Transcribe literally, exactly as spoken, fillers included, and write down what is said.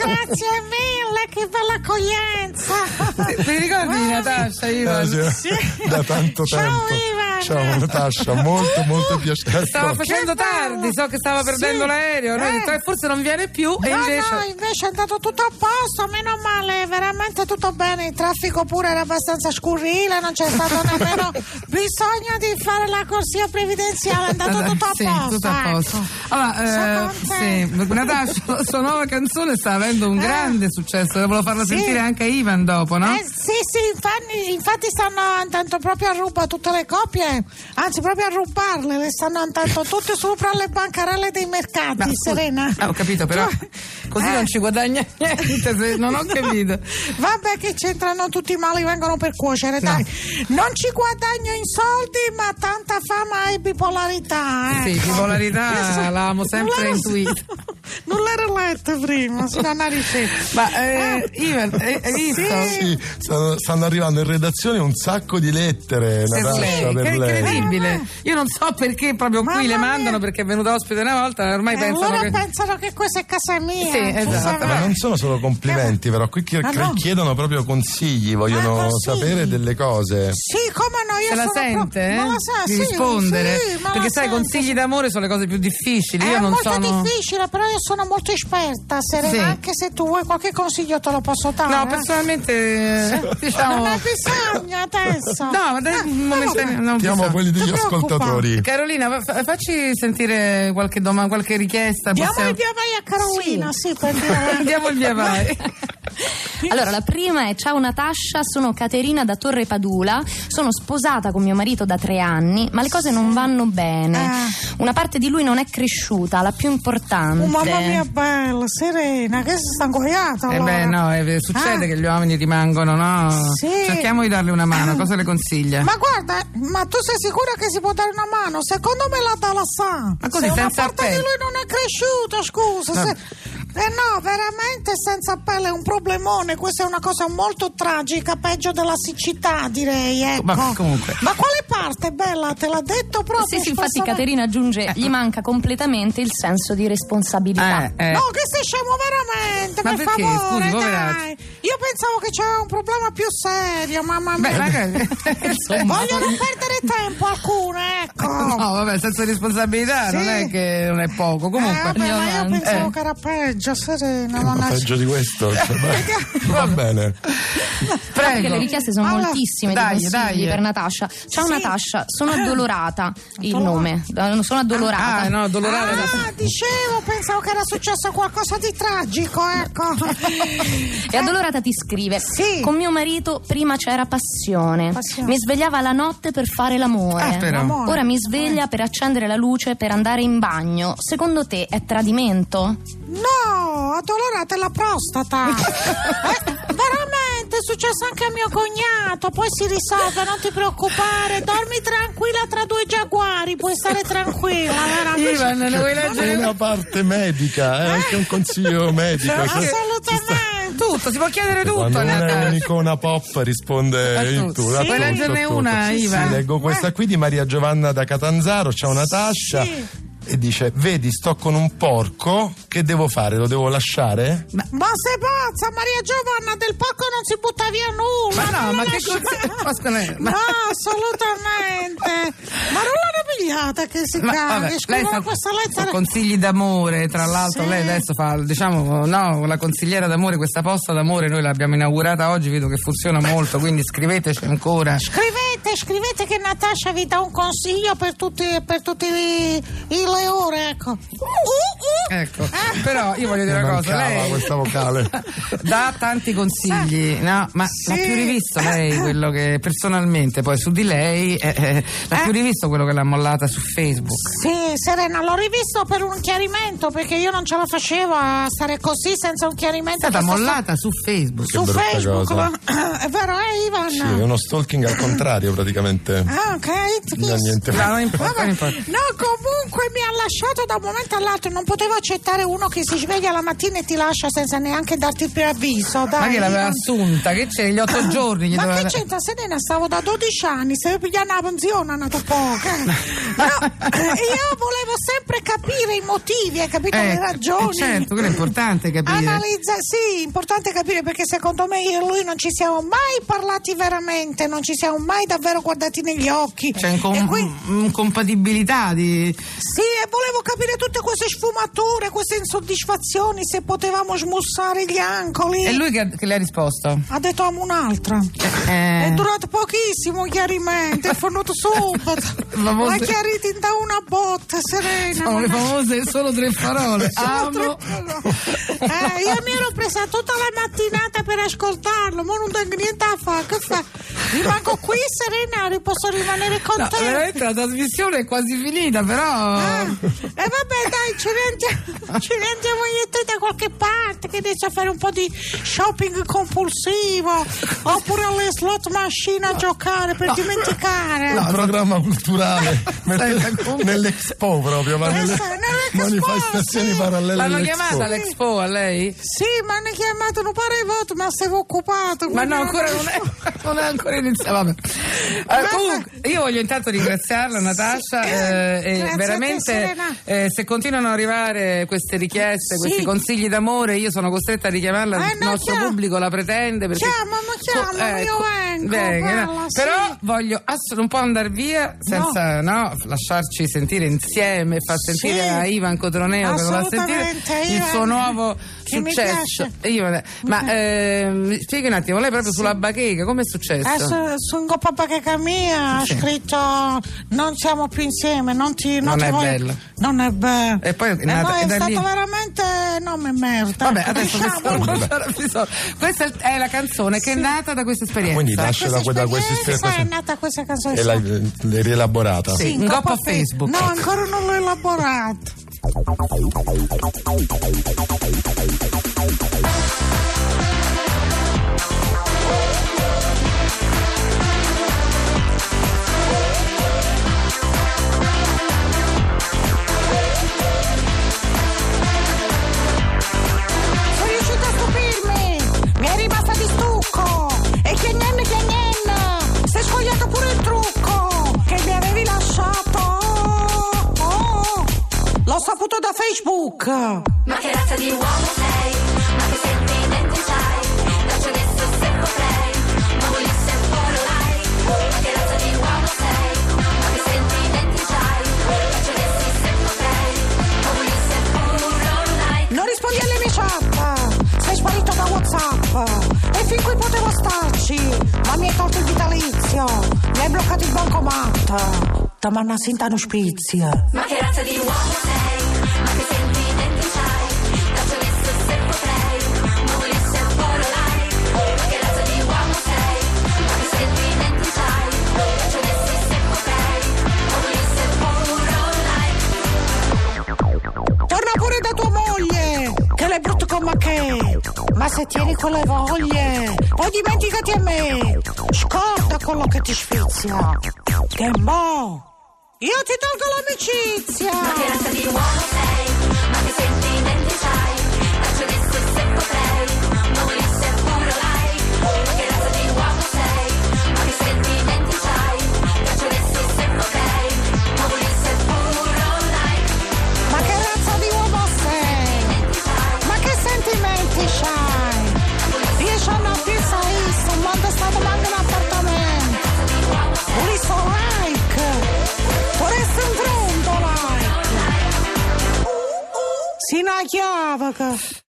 grazie mille, che bella accoglienza. Ti ricordi di Natascia, Ivan? Eh, sì. Sì. Da tanto Ciao, tempo. Ivan. Ciao Natascia, molto molto piacere. Stava facendo tardi, so che stava perdendo Sì. l'aereo, noi Eh. detto, eh, forse non viene più e No, invece... no, invece è andato tutto a posto, meno male, veramente tutto bene. Il traffico pure era abbastanza scurrile, non c'è stato nemmeno bisogno di fare la corsia previdenziale, è andato tutto a Sì, posto. tutto a posto. Ecco. Allora, eh, Sono sì, Natascia, la sua nuova canzone sta avendo un Eh. grande successo, volevo farla Sì. sentire anche a Ivan dopo, no? Eh, sì, sì, infatti, infatti stanno andando proprio a rubare tutte le copie, anzi proprio a rubarle, le stanno andando tutte sopra le bancarelle dei mercati, Ma, scusa, Serena. eh, ho capito, però così Eh. non ci guadagna niente, se non ho capito. Vabbè, che c'entrano tutti i mali, vengono per cuocere, dai. Non ci guadagno in soldi, ma tanta fama e bipolarità. Sì, ecco. bipolarità Questo- l'avevamo sempre non l'ero- intuito. Non l'ero letto prima, sono una ricetta. Ma eh, Ivan, eh, hai visto? Sì, stanno, stanno arrivando in redazione un sacco di lettere, Per Natascia, lei, per che lei. incredibile. Io non so perché proprio qui Mamma le mandano, mia. perché è venuta ospite una volta, ormai Eh, pensano loro che... pensano che questa è casa mia. Sì, tu esatto. sai. Ma non sono solo complimenti, però qui chi- Ah, no? chiedono proprio consigli, vogliono Ah, consigli. sapere delle cose. Sì, come no, io Se la sono sente, pro- eh? ma la sa, di sì, rispondere? sì, ma perché la sai, sente. consigli d'amore sono le cose più difficili. È Io non molto sono... difficile, però io sono molto esperta, Serena, Sì. anche se tu vuoi qualche consiglio te lo posso dare. No, eh? personalmente, eh, diciamo... Non hai bisogno adesso. No, ma dai, Eh, un momentaneo, non Sentiamo bisogna. quelli degli Ti preoccupa. ascoltatori. Carolina, fa- facci sentire qualche domanda, qualche richiesta. Diamo possiamo- il via vai a Carolina, sì, per dire. Diamo il via vai. Allora, la prima è: ciao Natascia, sono Caterina da Torre Padula, sono sposata con mio marito da tre anni, ma le cose non vanno bene. Ah. Una parte di lui non è cresciuta, la più importante. Oh, mamma mia bella, Serena, che si sta ingoiata Eh allora. beh, no, eh, succede Ah. che gli uomini rimangono, no? Sì. Cerchiamo di darle una mano, cosa le consiglia? Ma guarda, ma tu sei sicura che si può dare una mano? Secondo me la dà la sa. Ma così, se una senza parte di appello? lui non è cresciuta, scusa. No. se- Eh no, veramente senza pelle è un problemone. Questa è una cosa molto tragica, peggio della siccità, direi. Ecco. Ma comunque. Ma quale parte, bella? Te l'ha detto proprio? Sì, sì, infatti espressamente? Caterina aggiunge: gli manca completamente il senso di responsabilità. Eh, eh. No, che sei scemo veramente, Ma per perché? favore, Scusi, poveraccio. dai. Io pensavo che c'era un problema più serio, mamma mia. Beh, magari... insomma... Voglio non perdere tempo alcune, ecco. No, vabbè, senza responsabilità Sì. non è che non è poco. Comunque, Eh, vabbè, ma io andiamo avanti. pensavo Eh. che era peggio, Serena. Ma non è- peggio di questo, cioè, va, va bene. Perché Prego. le richieste sono Allora, moltissime dai, di consigli dai. per Natascia. Ciao Sì. Natascia, sono addolorata, il Addolorata. nome. Eh, Sono addolorata. Ah, no, dolorare la... Ah, dicevo, pensavo che era successo qualcosa di tragico, ecco. E addolorata ti scrive: Sì. con mio marito prima c'era passione. Passione. Mi svegliava la notte per fare l'amore. Ah, però. L'amore. Ora mi sveglia per accendere la luce per andare in bagno. Secondo te è tradimento? No, addolorata è la prostata. Eh, veramente, è successo anche a mio cognato. Poi si risolve, non ti preoccupare. Dormi tranquilla tra due giaguari, puoi stare tranquilla. veramente. Ivan, ne vuoi È leggere? una parte medica, è anche un consiglio medico. Se- Assolutamente. Tutto, si può chiedere tutto. Quando una è Natascia. un'icona pop risponde A in tutto. tutto. a Sì. Puoi tutto, leggerne a tutto. una, Sì, Ivan? sì, leggo questa qui di Maria Giovanna da Catanzaro. Ciao Natascia. Sì. E dice: vedi, sto con un porco, che devo fare? Lo devo lasciare? Ma sei pazza, Maria Giovanna, del porco non si butta via nulla. Ma no, non ma la che lascia- cosa- ma scusa, ma- No, assolutamente. Ma non l'hanno pigliata che si Ma, vabbè, caghi. lei Scrivono sa, questa sa lettera. consigli d'amore, tra l'altro Sì. lei adesso fa, diciamo, no, la consigliera d'amore, questa posta d'amore noi l'abbiamo inaugurata oggi, vedo che funziona molto, quindi scriveteci ancora. Scrivete, scrivete che Natascia vi dà un consiglio per tutti, per tutti i, i le ore, ecco. Uh, uh. Ecco, però io voglio dire una cosa, Mancava lei questa vocale. dà tanti consigli, no? Ma Sì. l'ha più rivisto lei quello che personalmente poi su di lei eh, eh, l'ha Eh. più rivisto quello che l'ha mollata su Facebook? Sì, Serena, l'ho rivisto per un chiarimento perché io non ce la facevo a stare così senza un È chiarimento. stata Questa mollata su Facebook. Su brutta Facebook, cosa. la- è vero, eh, Ivan? Sì, è uno stalking al contrario praticamente. Ah, ok. Non ha niente. No, non importa, Vabbè. non importa. No, comunque mi ha lasciato da un momento all'altro, non poteva accettare uno che si sveglia la mattina e ti lascia senza neanche darti il preavviso, dai. Ma che l'aveva assunta? Che c'è? Gli otto giorni? Gli Ma doveva... che c'entra, Serena? Stavo da dodici anni, se pigliare una pensione è nato poco. Però io volevo sempre capire i motivi, hai capito, Eh, le ragioni. eh, certo, quello è importante capire. Analizza, sì, importante capire, perché secondo me io e lui non ci siamo mai parlati veramente, non ci siamo mai davvero guardati negli occhi. C'è incom- E qui- incompatibilità di... Sì, e volevo capire tutte queste sfumature, queste insoddisfazioni, se potevamo smussare gli ancoli. E lui che, che le ha risposto? Ha detto amo un'altra. Eh. È durato pochissimo il chiarimento, è venuto subito. Famose- L'ha chiarito da una botta, Serena. Sono le famose solo tre parole. Solo Amo. tre parole. Eh, io mi ero presa tutta la mattinata per ascoltarlo, ma non tengo niente a fare. Che fa? Rimango qui, Serena, posso rimanere con No, te. veramente la trasmissione è quasi finita, però. Ah, e vabbè, dai, ci rendiamo, ci rendiamo io e te da qualche parte, che riesci a fare un po' di shopping compulsivo, oppure alle slot machine a giocare per dimenticare. Un programma culturale Senta, come- nell'Expo proprio, ma Eh, nelle sì, nell'Expo, manifestazioni sì. parallele L'hanno all'Expo. chiamata all'Expo a lei? Sì, ma hanno chiamato, non pare voto, ma stavo occupato. Ma no, quindi- ancora non è, non è ancora iniziato. Vabbè. Eh, comunque, io voglio intanto ringraziarla, Natascia. Sì, eh, grazie e a te, veramente, Serena. eh, se continuano ad arrivare queste richieste, Sì. questi consigli d'amore, io sono costretta a richiamarla. Eh, il no, nostro chiama. pubblico la pretende. Perché, Chiamami, chiamami, io vengo, venga, no. bella, sì. Però voglio ass- non può andare via senza no, lasciarci sentire insieme, far sentire Sì. a Ivan Cotroneo che voleva sentire Assolutamente, il Ivan, suo nuovo che mi successo. piace. Ivan, ma eh, mi spieghi un attimo, lei proprio sulla bacheca, come è successo? Eh, su, su un coppa bacheca mia Sì. ha scritto non siamo più insieme, non ti non, Non ti è voglio- bello. Non è bello. E poi è E nata- poi e è da stato lì- veramente nome merda. Vabbè, ecco, adesso diciamolo. questo non c'era bisogno. Questa è la canzone che è nata da questa esperienza. Quindi nasce da, da questa esperienza esperienza è nata questa canzone. e l'hai, l'hai rielaborata. Sì. un coppa Facebook. No, ancora non l'ho elaborato. Sono riuscita a stupirmi, mi è rimasta di stucco. E che nienne che nienne, sei scogliato pure il trucco che mi avevi lasciato. Oh, l'ho saputo da Facebook. Ma che razza di uomo sei? Ma che sentimenti c'hai? Dacci adesso se potrei, ma volessi ancora lei. Ma che razza di uomo sei? Ma che sentimenti c'hai? Dacci adesso se potrei, ma volessi ancora lei. Non rispondi alle mie chat, sei sparito da WhatsApp. E fin qui potevo starci, ma mi hai tolto il vitalizio, mi hai bloccato il bancomat. Da manna sinta un spizio. Ma che razza di uomo sei? Ma che sentimenti c'hai? Dacci adesso se potrei, ma volessi ancora lei. Ma che razza di uomo sei? Ma che sentimenti c'hai? Dacci adesso se potrei, ma volessi ancora lei. Torna pure da tua moglie, che l'hai brutto come che. Ma se tieni quelle voglie, poi dimenticati a me. Scorda quello che ti sfizia. Che mo' io ti tolgo l'amicizia. Ma che razza di uomo sei? Ma che sentimenti c'hai? Dacci adesso se potrei, ma volessi ancora lei. Ma che razza di uomo sei? Ma che sentimenti c'hai? Dacci adesso se potrei, ma volessi ancora lei. Ma che razza di uomo sei? Ma che sentimenti c'hai? Riesci a una pizza isso, quando è stato manca un appartamento. Volessi un like, vorresti un tronco like. Si una chiave che...